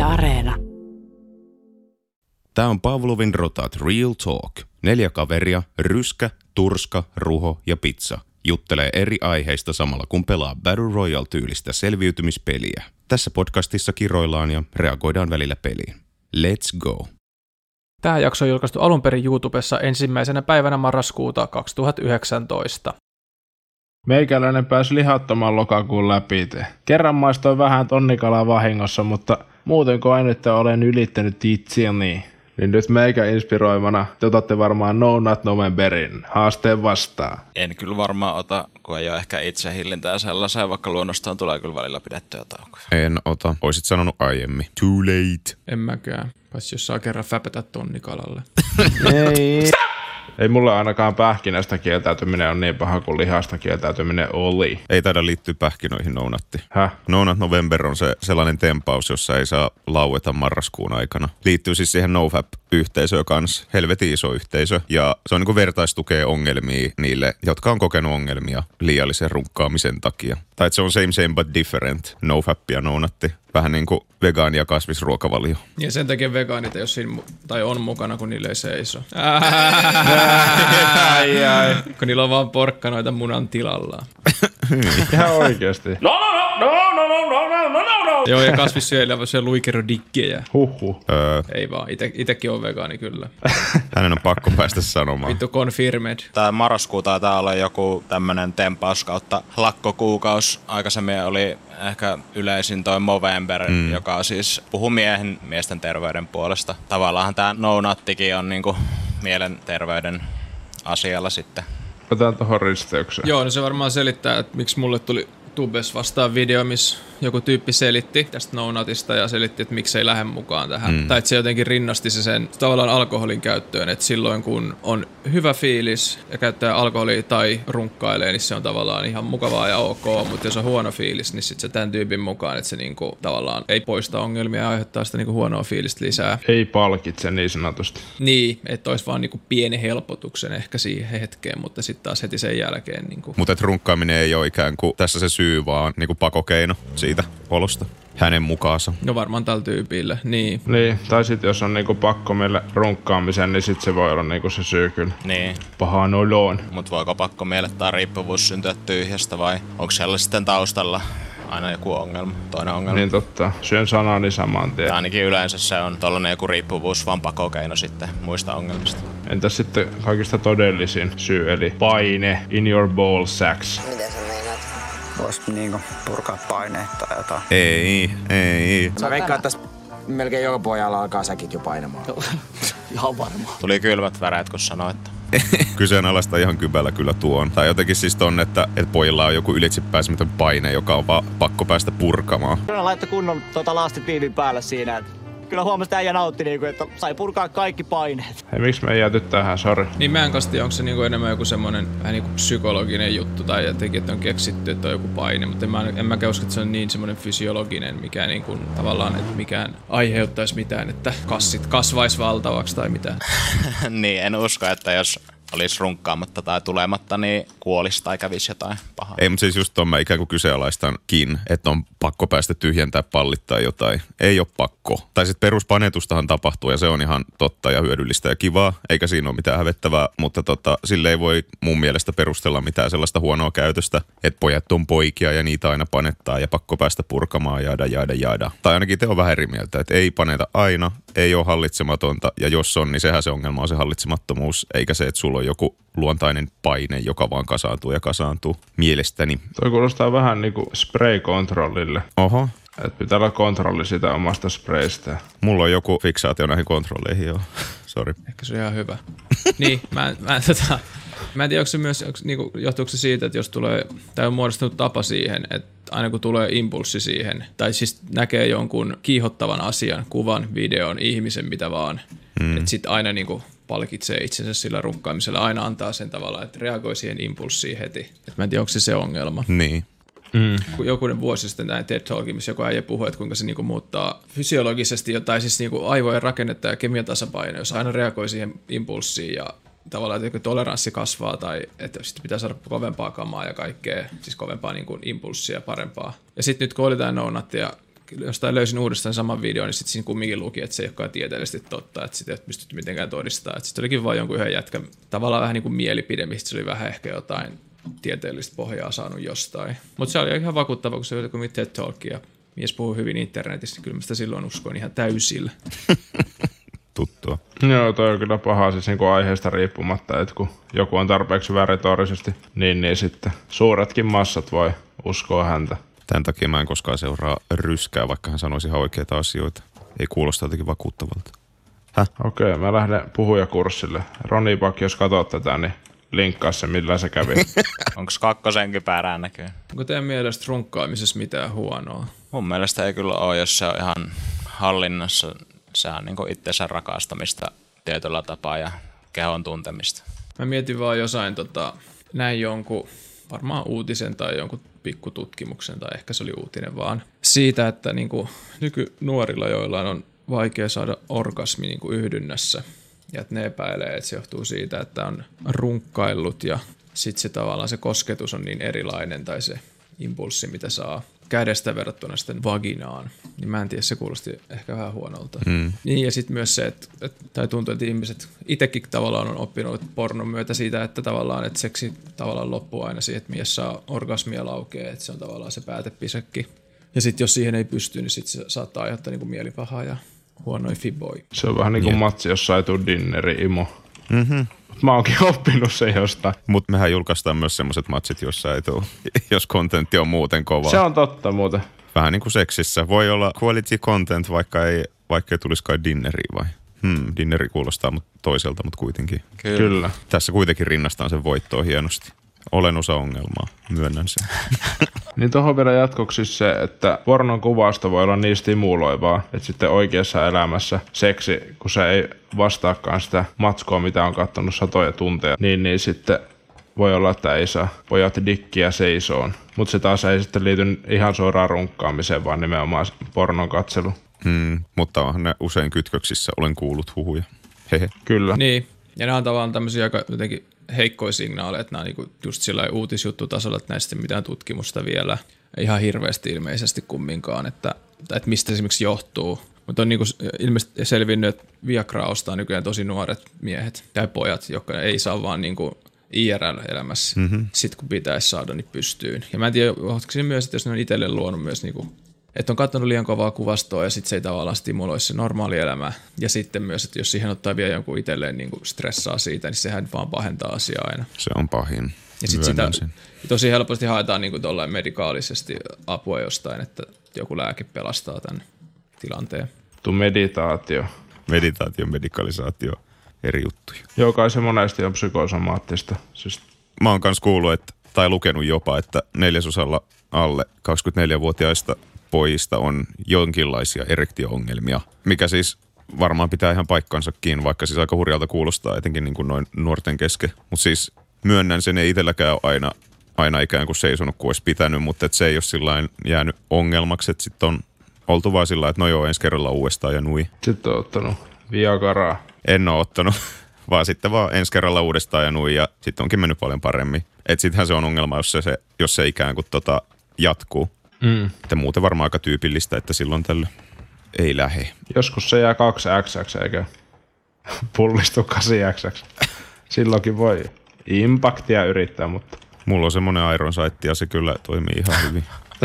Areena. Tämä on Pavlovin rotat Real Talk. 4 kaveria, ryskä, turska, ruho ja pizza juttelee eri aiheista samalla kun pelaa Battle Royale-tyylistä selviytymispeliä. Tässä podcastissa kiroillaan ja reagoidaan välillä peliin. Let's go! Tämä jakso on julkaistu alun perin YouTubessa 1. päivänä marraskuuta 2019. Meikäläinen pääsi lihattoman lokakuun läpi. Kerran maistoin vähän tonnikalaa vahingossa, mutta muuten koen, että olen ylittänyt itseäni. Niin nyt meikä inspiroimana te otatte varmaan No Nut Novemberin haasteen vastaan. En kyllä varmaan ota, kun ei ole ehkä itse hillintää sellaiseen, vaikka luonnostaan tulee kyllä välillä pidettyä taukoja. En ota. Oisit sanonut aiemmin. Too late. En mäkään. Paitsi jos saa kerran fäpätä tonnikalalle. Ei. Ei mulle ainakaan pähkinästä kieltäytyminen on niin paha kuin lihasta kieltäytyminen oli. Ei taida liittyä pähkinöihin No Nutti. Häh? No Nut November on se sellainen tempaus, jossa ei saa laueta marraskuun aikana. Liittyy siis siihen NoFap-yhteisöön kanssa. Helvetin iso yhteisö. Ja se on niin kuin vertaistukea ongelmia niille, jotka on kokenut ongelmia liiallisen runkkaamisen takia. Tai että se on same but different. NoFap ja No Nutti. Vähän niin kuin vegaani- ja kasvisruokavalio. Ja sen takia vegaanit ei ole siinä, tai on mukana, kun niille ei seiso. Kun niillä on vaan porkkanoita munan tilalla. Ihan oikeesti. No. Joo, ja kasvissyöjillä se luikerodikkeja. Huhhuh. Ei vaan, itekin on vegaani kyllä. Hänen on pakko päästä sanomaan. Vittu confirmed. Tää marraskuu taitaa olla joku tämmönen tempaus kautta lakkokuukaus. Aikaisemmin oli ehkä yleisin toi Movember, joka siis puhuu miesten terveyden puolesta. Tavallaan tää No Nuttikin on niinku mielenterveyden asialla sitten. Otetaan tohon risteykseen. Joo, no se varmaan selittää, että miksi mulle tuli Tubes vastaan video, missä joku tyyppi selitti tästä No Nutista ja selitti, että miksei lähde mukaan tähän. Tai että se jotenkin rinnasti se sen tavallaan alkoholin käyttöön, että silloin kun on hyvä fiilis ja käyttää alkoholia tai runkkailee, niin se on tavallaan ihan mukavaa ja ok, mutta jos on huono fiilis, niin sitten se tämän tyypin mukaan, että se niinku tavallaan ei poista ongelmia ja aiheuttaa sitä niinku huonoa fiilistä lisää. Ei palkitse niin sanotusti. Niin, että olisi vaan niinku pieni helpotuksen ehkä siihen hetkeen, mutta sitten taas heti sen jälkeen. Niinku. Mutta runkkaaminen ei ole ikään kuin tässä se syy, vaan niinku pakokeino siitä olosta. Hänen mukaansa. No varmaan tällä tyypillä, niin. Niin, tai sitten jos on niinku pakko meille runkkaamisen, niin sit se voi olla niinku se syy kyllä. Niin. Pahaan oloon. Mut voiko pakko miele tai riippuvuus syntyä tyhjästä vai onko siellä sitten taustalla aina joku ongelma, toinen ongelma? Niin totta, syön sanani saman tien. Ainakin yleensä se on tollanen joku riippuvuus, vaan pakokeino sitten muista ongelmista. Entäs sitten kaikista todellisin syy, eli paine in your ball sacks? Miten sä meinaat? Vois niinku purkaa paineet tai jotain. Ei. Mä veikkaan, että tässä melkein joka pojalla alkaa säkit jo painamaan. Ihan varmaan. Tuli kylmät väreet, kun sanoit. Kyseenalaista ihan kybällä kyllä tuon. Tai jotenkin siis ton, että pojilla on joku ylitsepääsemätön paine, joka on vaan pakko päästä purkamaan. Kyllä laittoi kunnon lastitiivin päälle siinä, että kyllä huomasi, että äijä nautti, että sai purkaa kaikki paineet. Hei, miksi me ei jääty tähän, sori? Niin mä en kasti, onko se niinku enemmän joku semmonen vähän niinku psykologinen juttu tai jotenkin, että on keksitty, että on joku paine, mutta en mä usko, että se on niin semmonen fysiologinen, mikä niinku tavallaan, että mikään aiheuttaisi mitään, että kassit kasvaisi valtavaksi tai mitään. Niin, en usko, että jos olisi runkkaamatta tai tulematta, niin kuolisi tai kävisi jotain pahaa. Ei, mutta siis just tuon mä ikään kuin kyseenalaistankin, että on pakko päästä tyhjentää pallit tai jotain. Ei ole pakko. Tai sitten peruspanetustahan tapahtuu ja se on ihan totta ja hyödyllistä ja kivaa, eikä siinä ole mitään hävettävää, mutta sille ei voi mun mielestä perustella mitään sellaista huonoa käytöstä, että pojat on poikia ja niitä aina panettaa ja pakko päästä purkamaan jaada. Tai ainakin te on vähän eri mieltä, että ei paneta aina, ei ole hallitsematonta ja jos on, niin sehän se ongelma on se hallitsemattomuus, eikä se, että sulla on joku luontainen paine, joka vaan kasaantuu mielestäni. Toi kuulostaa vähän niinku spray-kontrollille. Oho. Et pitää olla kontrolli sitä omasta spraystä. Mulla on joku fiksaatio näihin kontrolleihin, joo. Sori. Ehkä se on ihan hyvä. Niin, mä en tiedä, onko se myös, niinku, johtuuko se siitä, että jos tulee, tai on muodostunut tapa siihen, että aina kun tulee impulssi siihen, tai siis näkee jonkun kiihottavan asian, kuvan, videon, ihmisen, mitä vaan, että sit aina niinku palkitsee itsensä sillä runkkaamisella, aina antaa sen tavalla, että reagoi siihen impulssiin heti. Et mä en tiedä, onko se ongelma. Niin. Jokunen vuosi sitten näin TED Talkin, missä joku äijä puhui, että kuinka se niinku muuttaa fysiologisesti jotain, siis niinku aivojen rakennetta ja kemiatasapaino, jos aina reagoi siihen impulssiin ja tavallaan, että toleranssi kasvaa tai että sitten pitää saada kovempaa kamaa ja kaikkea, siis kovempaa niin kuin impulssia, parempaa. Ja sitten nyt kun oli tämä No Nut ja jostain löysin uudestaan saman videon, niin sitten siinä kumminkin luki, että se ei olekaan tieteellisesti totta, että sitä ei pystytty mitenkään todistamaan. Sitten olikin vain jonkun yhden jätkän tavallaan vähän niin kuin mielipide, mistä se oli vähän ehkä jotain tieteellistä pohjaa saanut jostain. Mutta se oli ihan vakuuttava, kun se oli joku TED Talk ja mies puhuu hyvin internetissä, niin kyllä mä sitä silloin uskoin ihan täysillä. Tuttua. Joo, toi on kyllä paha siis niin kuin aiheesta riippumatta, että kun joku on tarpeeksi hyvä retorisesti, niin sitten suuretkin massat voi uskoa häntä. Tämän takia mä en koskaan seuraa Ryskää, vaikka hän sanoisi ihan oikeita asioita. Ei kuulosta jotenkin vakuuttavalta. Okei, mä lähden puhujakurssille. Roni Pak, jos katsot tätä, niin linkkaa se, millä se kävi. Onko kakkosenkin päärään näkyy? Onko teidän mielestä runkkaamisessa mitään huonoa? Mun mielestä ei kyllä ole, jos se on ihan hallinnassa. Se on niin kuin itsensä rakastamista tietyllä tapaa ja kehon tuntemista. Mä mietin vaan jossain, näin jonkun varmaan uutisen tai jonkun pikkututkimuksen, tai ehkä se oli uutinen vaan, siitä, että niin kuin nykynuorilla, joilla on vaikea saada orgasmi niin kuin yhdynnässä, ja että ne epäilee, että se johtuu siitä, että on runkkaillut, ja sitten se tavallaan se kosketus on niin erilainen, tai se impulssi, mitä saa kädestä verrattuna sitten vaginaan, niin mä en tiedä, se kuulosti ehkä vähän huonolta. Niin, ja sitten myös se, tai tuntuu, että ihmiset itsekin tavallaan on oppinut pornon myötä siitä, että tavallaan, että seksi tavallaan loppuu aina siihen, että mies saa orgasmia laukea, että se on tavallaan se päätepisekki. Ja sitten jos siihen ei pysty, niin sitten se saattaa aiheuttaa niinku mielipahaa ja huonoja fiboi. Se on vähän niin kuin matsi, jossa ei tule dinneri-imo. Mä oonkin oppinut se jostain. Mutta mehän julkaistaan myös semmoiset matsit, jossa ei tule, jos kontentti on muuten kovaa. Se on totta muuten. Vähän niin kuin seksissä. Voi olla quality content, vaikka ei tulisikaan dinneriä vai? Dinneri kuulostaa toiselta, mutta kuitenkin. Kyllä. Tässä kuitenkin rinnastaan sen voittoon hienosti. Olen osa ongelmaa, myönnän sen. Niin tuohon vielä jatkoksi se, että pornon kuvausta voi olla niin stimuloivaa, että sitten oikeassa elämässä seksi, kun se ei vastaakaan sitä matskoa, mitä on katsonut satoja tunteja, niin sitten voi olla, että ei saa pojat dikkiä seisoon. Mutta se taas ei sitten liity ihan suoraan runkkaamiseen, vaan nimenomaan pornon katselu. Mutta onhan ne usein kytköksissä, olen kuullut huhuja. Hehe. Kyllä. Niin, ja nämä on tavallaan tämmöisiä aika jotenkin heikkoja signaaleja, että nämä on niinku just sillä uutisjuttutasolla, että näistä mitään tutkimusta vielä ihan hirveästi ilmeisesti kumminkaan, että mistä se esimerkiksi johtuu. Mutta on niinku ilmeisesti selvinnyt, että Viagra ostaa nykyään tosi nuoret miehet tai pojat, jotka ei saa vaan niinku IRL-elämässä sit kun pitäisi saada niin pystyyn. Ja mä en tiedä, johtuuko se myös, että jos ne on itselleen luonut myös niinku, että on katsonut liian kovaa kuvastoa ja sitten se ei tavallaan stimuloi se normaali elämä. Ja sitten myös, että jos siihen ottaa vielä jonkun itselleen niin kuin stressaa siitä, niin sehän vaan pahentaa asiaa aina. Se on pahin. Ja sitten sitä tosi helposti haetaan niin kuin tuollain medikaalisesti apua jostain, että joku lääke pelastaa tämän tilanteen. Meditaatio. Medikalisaatio, eri juttuja. Joo, kai se monesti on psykosomaattista. Siis mä oon kans kuullut, tai lukenut jopa, että 4% alle 24-vuotiaista pojista on jonkinlaisia erektio-ongelmia, mikä siis varmaan pitää ihan paikkansakin, vaikka siis aika hurjalta kuulostaa etenkin niin kuin noin nuorten kesken. Mutta siis myönnän sen, ei itselläkään ole aina ikään kuin seisonut kuin olisi pitänyt, mutta et se ei ole sillain jäänyt ongelmaksi, että sitten on oltu vaan sillä, että no joo, ensi kerralla uudestaan ja nui. Sitten on ottanut Viagaraa. En ole ottanut, vaan sitten vaan ensi kerralla uudestaan ja nui ja sitten onkin mennyt paljon paremmin. Että sittenhän se on ongelma, jos se ikään kuin jatkuu. Että muuten varmaan aika tyypillistä, että silloin tällöin ei lähe. Joskus se jää 2XX eikä pullistu 8XX. Silloinkin voi impaktia yrittää, mutta mulla on semmoinen Iron Sight ja se kyllä toimii ihan hyvin.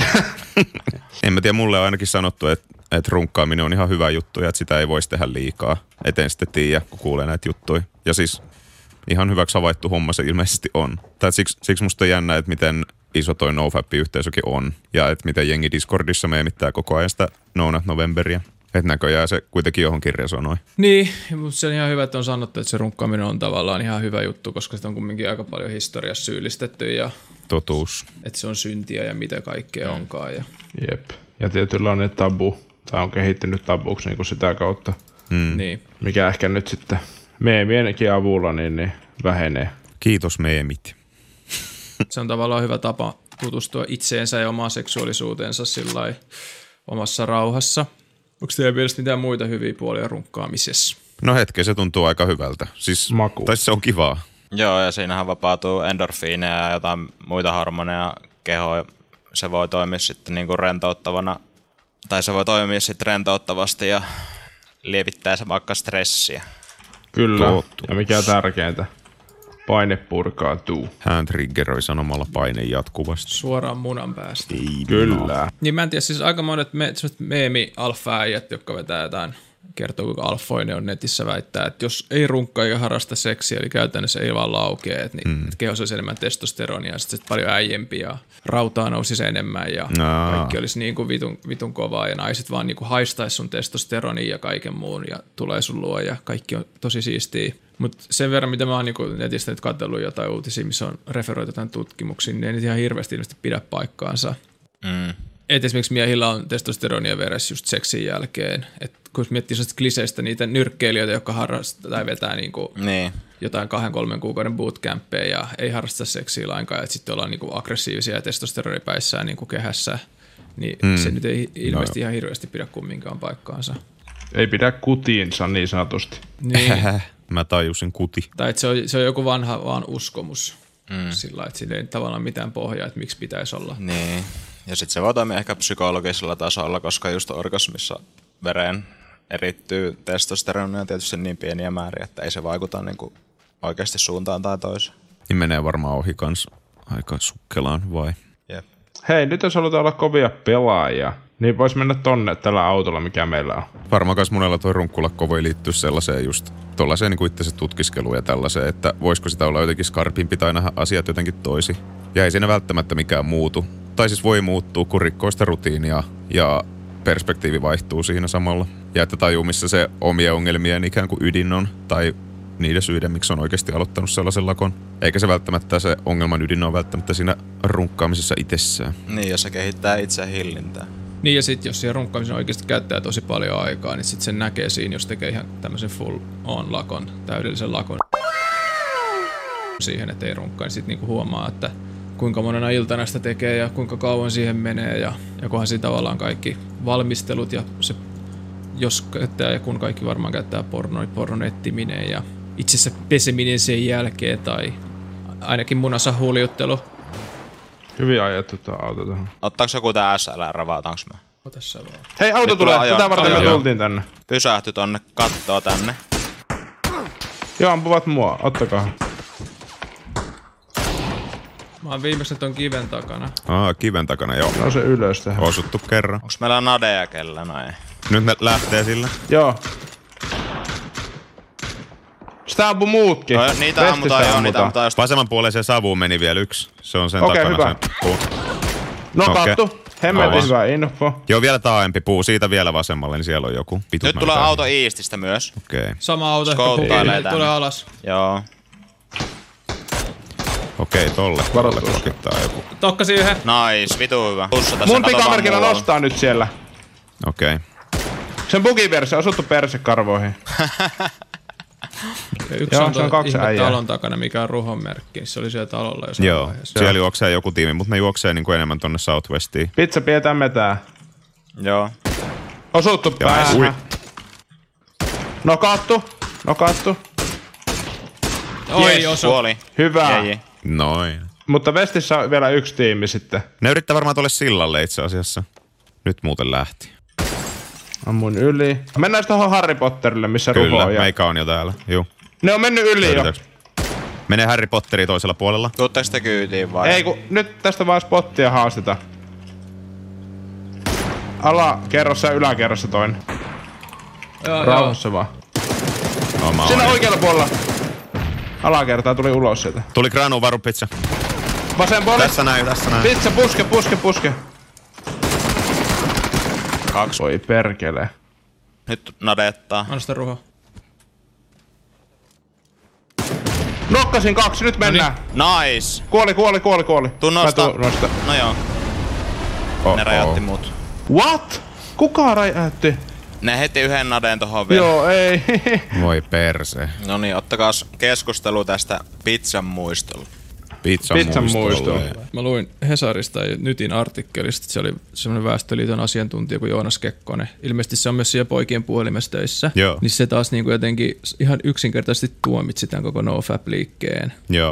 En mä tiedä, mulle on ainakin sanottu, että runkkaaminen on ihan hyvä juttu ja että sitä ei voisi tehdä liikaa. Et en sitten tiedä, kun kuulee näitä juttuja. Ja siis ihan hyväksi havaittu homma se ilmeisesti on. Siksi musta on jännä, että miten iso toi NoFap-yhteisökin on. Ja että miten jengi Discordissa meemittää koko ajan sitä No Nut Novemberia. Että näköjään se kuitenkin johonkin resonoi. Niin, mutta se on ihan hyvä, että on sanottu, että se runkkaaminen on tavallaan ihan hyvä juttu, koska sitä on kumminkin aika paljon historiassa syyllistetty. Ja totuus. Että se on syntiä ja mitä kaikkea onkaan. Ja jep. Ja tietynlainen tabu. Tai on kehittynyt tabuksi niin kuin sitä kautta. Niin. Mikä ehkä nyt sitten meemienkin avulla niin vähenee. Kiitos meemit. Se on tavallaan hyvä tapa tutustua itseensä ja omaan seksuaalisuutensa sillai omassa rauhassa. Onko teidän mielestä mitään muita hyviä puolia runkkaamisessa? No hetken, se tuntuu aika hyvältä. Siis, maku. Tai se on kivaa. Joo, ja siinähän vapautuu endorfiineja ja jotain muita hormoneja kehoon. Se voi toimia sitten niin kuin rentouttavana Tai se voi toimia sitten rentouttavasti ja lievittää se vaikka stressiä. Kyllä, ja mikä tärkeintä, paine purkautuu. Hän triggeroi sanomalla paine jatkuvasti. Suoraan munan päästä. Kyllä. Niin mä en tiedä, siis aika monet meemi-alfa-äijät, jotka vetää jotain, kertoo kuinka alfoinen on netissä, väittää, että jos ei runkkaa eikä harrasta seksiä, eli käytännössä ei vaan laukee, niin kehossa olisi enemmän testosteronia ja sitten paljon äijempi ja rautaa nousisi enemmän ja kaikki olisi niin kuin vitun kovaa ja naiset vaan niin kuin haistaisi sun testosteronia ja kaiken muun ja tulee sun luo ja kaikki on tosi siistiä. Mutta sen verran, mitä mä oon niin netistä nyt katsellut jotain uutisia, missä on referoitu jotain tutkimuksiin, niin ei nyt ihan hirveästi ilmeisesti pidä paikkaansa. Et esimerkiksi miehillä on testosteronia veressä just seksin jälkeen. Et kun miettii sellaista kliseistä niitä nyrkkeilijöitä, jotka harrastaa tai vetää niinku jotain 2-3 kuukauden bootcampeja ja ei harrasta seksiä lainkaan, että sitten ollaan niinku aggressiivisia ja testosteronipäissään niinku kehässä, niin se nyt ei ilmeisesti ihan hirveästi pidä kumminkaan paikkaansa. Ei pidä kutiinsa niin sanotusti. Niin. Mä tajusin kuti. Tai että se on joku vanha vaan uskomus sillä, että sillä ei tavallaan mitään pohjaa, että miksi pitäisi olla. Niin. Ja sitten se voi toimia ehkä psykologisella tasolla, koska just orgasmissa vereen erittyy testosteronia tietysti niin pieniä määriä, että ei se vaikuta niinku oikeasti suuntaan tai toiseen. Niin menee varmaan ohi kans aika sukkelaan, vai? Jep. Hei, nyt jos halutaan olla kovia pelaajia, niin vois mennä tonne tällä autolla, mikä meillä on. Varmaan kans monella toi runkkulakko voi liittyä sellaiseen just tollaiseen niin kuin itse tutkiskeluun ja tällaiseen, että voisiko sitä olla jotenkin skarpimpi tai nähdä asiat jotenkin toisin. Ja ei siinä välttämättä mikään muutu. Tai siis voi muuttua, kun rikkoo sitä rutiinia ja perspektiivi vaihtuu siinä samalla. Ja että tajuu, missä se omien ongelmien ikään kuin ydin on, tai niiden syiden, miksi on oikeasti aloittanut sellaisen lakon. Eikä se välttämättä se ongelman ydin ole välttämättä siinä runkkaamisessa itsessään. Niin, ja se kehittää itse hillintää. Niin ja sitten jos siihen runkkaamiseen oikeasti käyttää tosi paljon aikaa, niin sitten sen näkee siinä, jos tekee ihan tämmöisen full on lakon, täydellisen lakon siihen, että ei runkkaa, niin sitten niinku huomaa, että kuinka monena iltana sitä tekee ja kuinka kauan siihen menee ja kunhan siinä tavallaan kaikki valmistelut ja se, jos käyttää ja kun kaikki varmaan käyttää pornon ettiminen ja itsessä peseminen sen jälkeen tai ainakin munassa huljuttelu. Hyvin ajettu tuo auto tuohon. Ottaako joku tää SLR vai otanko mä? Tässä vaan. Hei, auto Nyt tulee! tulee Tätä varten me tultiin tänne. Pysähty tonne, kattoo tänne. Joo, ampuvat mua. Ottakaa. Mä oon viimeksi ton kiven takana. Kiven takana, joo. No se ylös tähän. Osuttu kerran. Onks meillä nadeja kellä? No ei. Nyt ne lähtee sillä. Joo. Sitä ampu muutkin. No, niitä ammutaan joo, niitä ammutaan just. Vasemmanpuoleiseen savuun meni vielä yksi. Se on sen Okei, takana hyvä. sen puu. Nokattu. Okei. Hemmetin hyvä info. Joo, vielä taaempi puu. Siitä vielä vasemmalle, niin siellä on joku. Nyt tulee auto Eastistä myös. Okei. Sama auto ehkä Skouttailee pukki, tänne. tulee alas. Joo. Okei, tolle kokittaa joku. Tokkasi yhden. Nice, vitu hyvä. Mun pikamerkillä nostaa nyt siellä. Okei. Sen bugiversio osuttu persekarvoihin. Ja yksi Joo, on se on kaksi ihme äijää. talon takana, mikä on ruhon merkki. Se oli siellä talolla jossain Joo, vaiheessa. siellä juoksee joku tiimi, mutta ne juoksee niin kuin enemmän tonne Southwestiin. Pizza pidetään metää. Joo. Osuttu päähän. Ui. Nokattu. Oi, osu. Kuoli. Hyvä. Jäi. Noin. Mutta Vestissä on vielä yksi tiimi sitten. Ne yrittää varmaan tuolle sillalle itse asiassa. Nyt muuten lähti. Ammun yli. Mennään tuohon Harry Potterille, missä Ruho Kyllä, on. meikä on jo täällä. Juu. Ne on mennyt yli jo. Yritäks? Menee Harry Potteriin toisella puolella. Tuutteko te kyytiin vai? Ei kun nyt tästä vaan spottia haastetaan. Alakerrossa ja yläkerrossa toinen. Joo, Rauhassa vaan. Oma Siinä on. oikealla puolella. Alakertaa tuli ulos sieltä. Tuli Granu varupizza. Vasen puoli. Tässä näin. Pizza, puske. 2. Voi perkele. Nyt nadettaa. Anna sitä ruho. Nokkasin 2, nyt mennään. Nice. Kuoli. Tuu nosta. Mä tuun nosta. No joo, ne räjäytti mut. What? Kuka räjäytti? Ne heti yhden nadeen tohon vielä. Joo, ei. Voi perse. No niin, ottakaas keskustelu tästä pizzan muistolla. Pizzan muisto. Mä luin Hesarista ja Nytin artikkelista, että se oli semmoinen Väestöliiton asiantuntija kuin Joonas Kekkonen. Ilmeisesti se on myös siellä poikien puhelimessa töissä. Joo. Niin se taas niinku jotenkin ihan yksinkertaisesti tuomitsi tämän koko NoFap-liikkeen. Joo.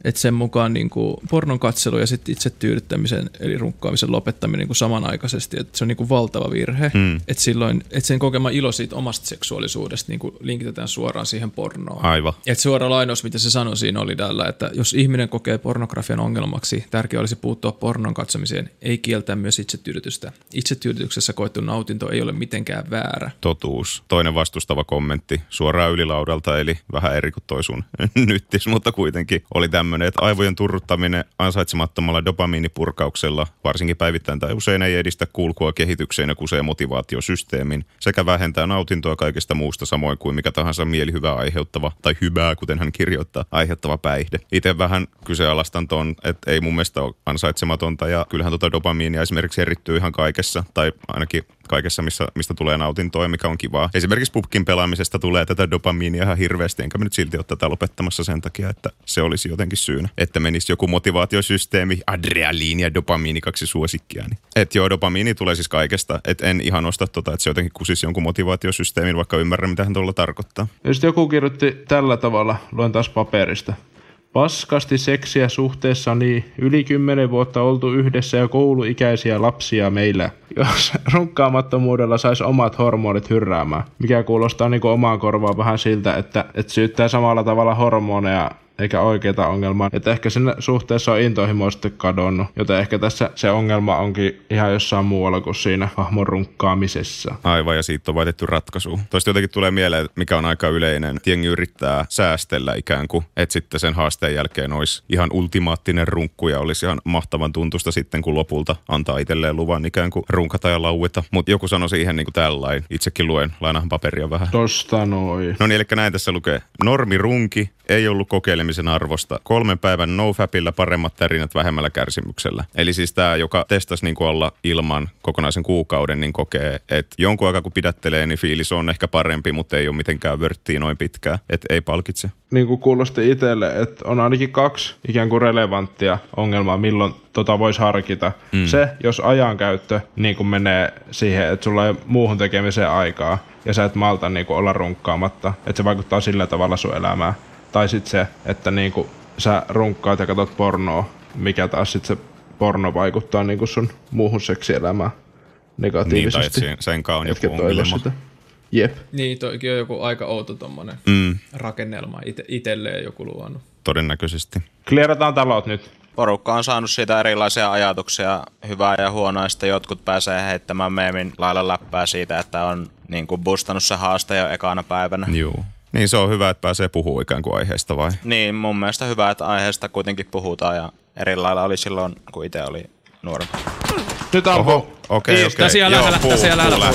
että sen mukaan niin kuin pornon katselu ja sitten itse tyydyttämisen eli runkkaamisen lopettaminen niin kuin samanaikaisesti, että se on niin kuin valtava virhe, että silloin, että sen kokema ilo siitä omasta seksuaalisuudesta niin kuin linkitetään suoraan siihen pornoon. Aivan. Että suora lainaus, mitä se sanoi siinä oli tällä, että jos ihminen kokee pornografian ongelmaksi, tärkeää olisi puuttua pornon katsomiseen, ei kieltää myös itsetyydytystä. Itsetyydytyksessä koettu nautinto ei ole mitenkään väärä. Totuus. Toinen vastustava kommentti suoraan ylilaudalta, eli vähän eri kuin toi sun nyttis, mutta kuitenkin oli tämmöinen, että aivojen turruttaminen ansaitsemattomalla dopamiinipurkauksella, varsinkin päivittäin tai usein ei edistä kulkua kehitykseen ja kusee motivaatiosysteemin, sekä vähentää nautintoa kaikesta muusta samoin kuin mikä tahansa mielihyvää aiheuttava, tai hyvää, kuten hän kirjoittaa, aiheuttava päihde. Itse vähän kyseenalaistan ton, että ei mun mielestä ole ansaitsematonta, ja kyllähän dopamiinia esimerkiksi erittyy ihan kaikessa, tai ainakin kaikessa, mistä tulee nautintoa ja mikä on kivaa. Esimerkiksi pubkin pelaamisesta tulee tätä dopamiinia ihan hirveästi, enkä mä nyt silti ole tätä lopettamassa sen takia, että se olisi jotenkin syynä. Että menisi joku motivaatiosysteemi, adrenaliini ja dopamiini, 2 suosikkiani. Että joo, dopamiini tulee siis kaikesta, että en ihan osta että se jotenkin kusisi jonkun motivaatiosysteemin, vaikka ymmärrän, mitä hän tuolla tarkoittaa. Ja sitten joku kirjoitti tällä tavalla, luen taas paperista. Paskasti seksiä suhteessa niin yli 10 vuotta oltu yhdessä ja kouluikäisiä lapsia meillä. Jos runkkaamattomuudella saisi omat hormonit hyrräämään. Mikä kuulostaa niin kuin omaan korvaan vähän siltä, että syyttää samalla tavalla hormoneja eikä oikeita ongelmaa. Että ehkä siinä suhteessa on intohimo sitten kadonnut. Joten ehkä tässä se ongelma onkin ihan jossain muualla kuin siinä hahmon runkkaamisessa. Aivan, ja siitä on vaitettu ratkaisu. Toista jotenkin tulee mieleen, mikä on aika yleinen. Jengi yrittää säästellä ikään kuin, että sitten sen haasteen jälkeen olisi ihan ultimaattinen runkku ja olisi ihan mahtavan tuntusta sitten, kun lopulta antaa itselleen luvan ikään kuin runkata ja laueta. Mutta joku sanoi siihen niin kuin tällainen. Itsekin luen, lainahan paperia vähän. Tosta noin. No niin, eli näin tässä lukee. Normirunki ei ollut kokeilemisen arvosta. 3 päivän nofapilla paremmat tärinät vähemmällä kärsimyksellä. Eli siis tämä, joka testasi niin kuin olla ilman kokonaisen kuukauden, niin kokee, että jonkun aikaa kun pidättelee, niin fiilis on ehkä parempi, mutta ei ole mitenkään vörttiä noin pitkään. Että ei palkitse. Niin kuin kuulosti itselle, että on ainakin 2 ikään kuin relevanttia ongelmaa, milloin voisi harkita. Se, jos ajankäyttö niin kuin menee siihen, että sulla ei muuhun tekemiseen aikaa ja sä et malta niin kuin olla runkkaamatta, että se vaikuttaa sillä tavalla sun elämään. Tai sitten se, että niinku sä runkkaat ja katsot pornoa, mikä taas sitten se porno vaikuttaa niinku sun muuhun seksielämään negatiivisesti. Niin, tai senkaan on joku ongelma. Jep. Niin, toikin on joku aika outo tommonen rakennelma itselleen joku luonut. Todennäköisesti. Klierataan talot nyt. Porukka on saanut siitä erilaisia ajatuksia, hyvää ja huonoa, sitten jotkut pääsee heittämään meemin lailla läppää siitä, että on niinku boostannut se haaste jo ekana päivänä. Joo. Niin se on hyvä, että pääsee puhumaan ikään kuin aiheesta vai? Niin, mun mielestä hyvä, että aiheesta kuitenkin puhutaan ja eri lailla oli silloin, kun itse oli nuorempi. Nyt ampuu. Okei. Siellä lähellä.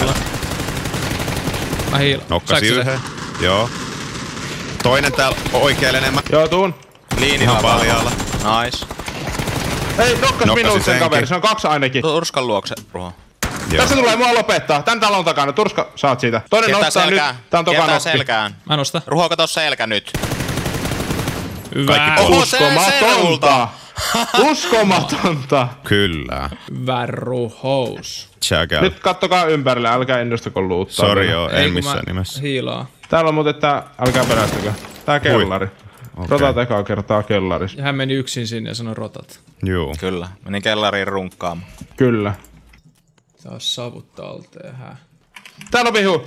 Mä hiilan. Nokkasi yhden. Joo. Toinen täällä oikealle enemmän. Joo, tuun. Liinillä paljaalla. Nice. Ei, nokkas minuut sen kaveri, se on 2 ainakin. Turskan luokse, Ruho. Joo. Tässä tulee mua lopettaa. Tän talon takana. Turska, saat siitä. Toinen nostaa nyt. Tää on toka nokki. Selkään. Mä nostan. Ruho, kato selkä nyt. Hyvä. Uskomatonta. Uskomatonta. Kyllä. Värruhous. Tjäkäl. Nyt kattokaa ympärille, älkää innostako luuttaa. Sori joo, en missään nimessä. Hiilaa. Täällä on muuten tää, älkää pelästykö. Tää kellari. Okay. Rotat ekaa kertaa kellarissa. Ja hän meni yksin sinne ja sanoi rotat. Joo. Kyllä, meni kellariin runkkaamaan. Kyllä. Tää on savut talteen, Täällä on vihu.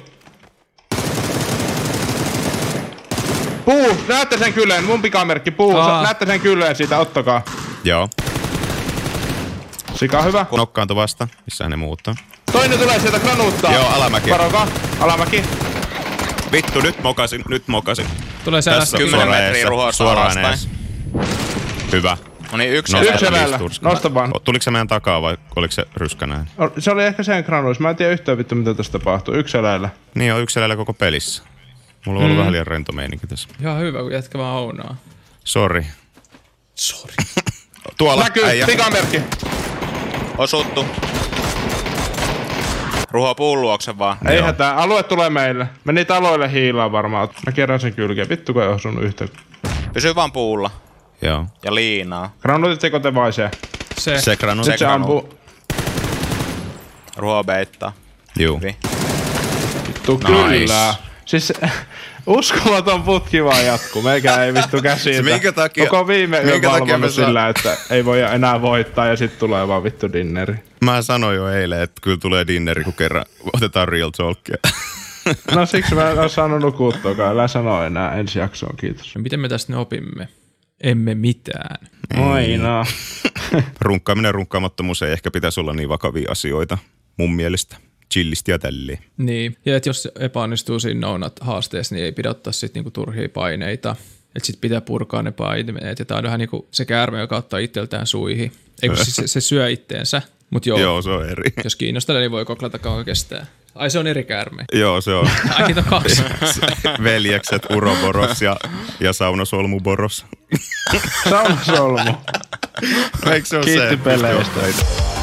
Puu, näette sen kylleen, mun pikamerkki, puu, näette sen kylleen siitä, ottakaa. Joo. Sika hyvä. Nokkaantu vasta, missähän ne muuttaa. Toinen tulee sieltä granuuttaa. Joo, alamäki. Varokaa, alamäki. Vittu, nyt mokasin. Tulee selästä. 10 metriä Ruhosta alaspäin. Hyvä. No niin, yksi elällä. Nosta vaan. Tuliko se meidän takaa vai oliko se ryskänään? Se oli ehkä sen granuus. Mä en tiedä yhtään vittu mitä tässä tapahtuu. Yksi eläillä. Niin on yksi eläillä koko pelissä. Mulla on ollut vähän liian rento meininki tässä. Ihan hyvä, kun jätkä vaan ounaa. Sori. Tuolla. Näkyy, pikamerkki. Osuttu. Ruho puun luokse vaan. Ei hätää, alue tulee meille. Meni taloille hiilaa varmaan. Mä kerran sen kylkeen. Vittu kun ei osunut yhtä. Pysy vaan puulla. Joo. Ja liinaa. Granuutitteko te vai se? Se granuutti. Nyt se ampuu. Ruho beittaa. Juu. Vittu kyllä. Siis uskomaton putki vaan jatkuu. Meikä ei vittu käsitä. Koko viime yön valvonnut sillä, että ei voi enää voittaa ja sitten tulee vaan vittu dinneri. Mä sanoin jo eilen, että kyllä tulee dinneri, kun kerran otetaan real talkia. No siksi mä en ole saanut nukuttuakaan. Älä sano enää ensi jaksoon, kiitos. No, miten me tästä ne opimme? Emme mitään. Aina. Runkkaaminen runkkaamattomuus ei ehkä pitäisi olla niin vakavia asioita mun mielestä. Chillisti ja tälleen. Niin, ja että jos epäonnistuu siinä nounat-haasteessa, niin ei pidä ottaa sitten niinku turhia paineita. Että sitten pitää purkaa ne paineet. Ja tää on vähän niinku se käärme, joka ottaa itseltään suihin. Eikö siis se syö itteensä. Mut joo, se on eri. Jos kiinnostaa, niin voi koklata kauan kestää. Ai se on eri käärme. Joo, se on. Ai niitä on 2. Veljekset Uroboros ja Saunasolmuboros. Saunasolmu. Eikö se ole Kiitti peleistä.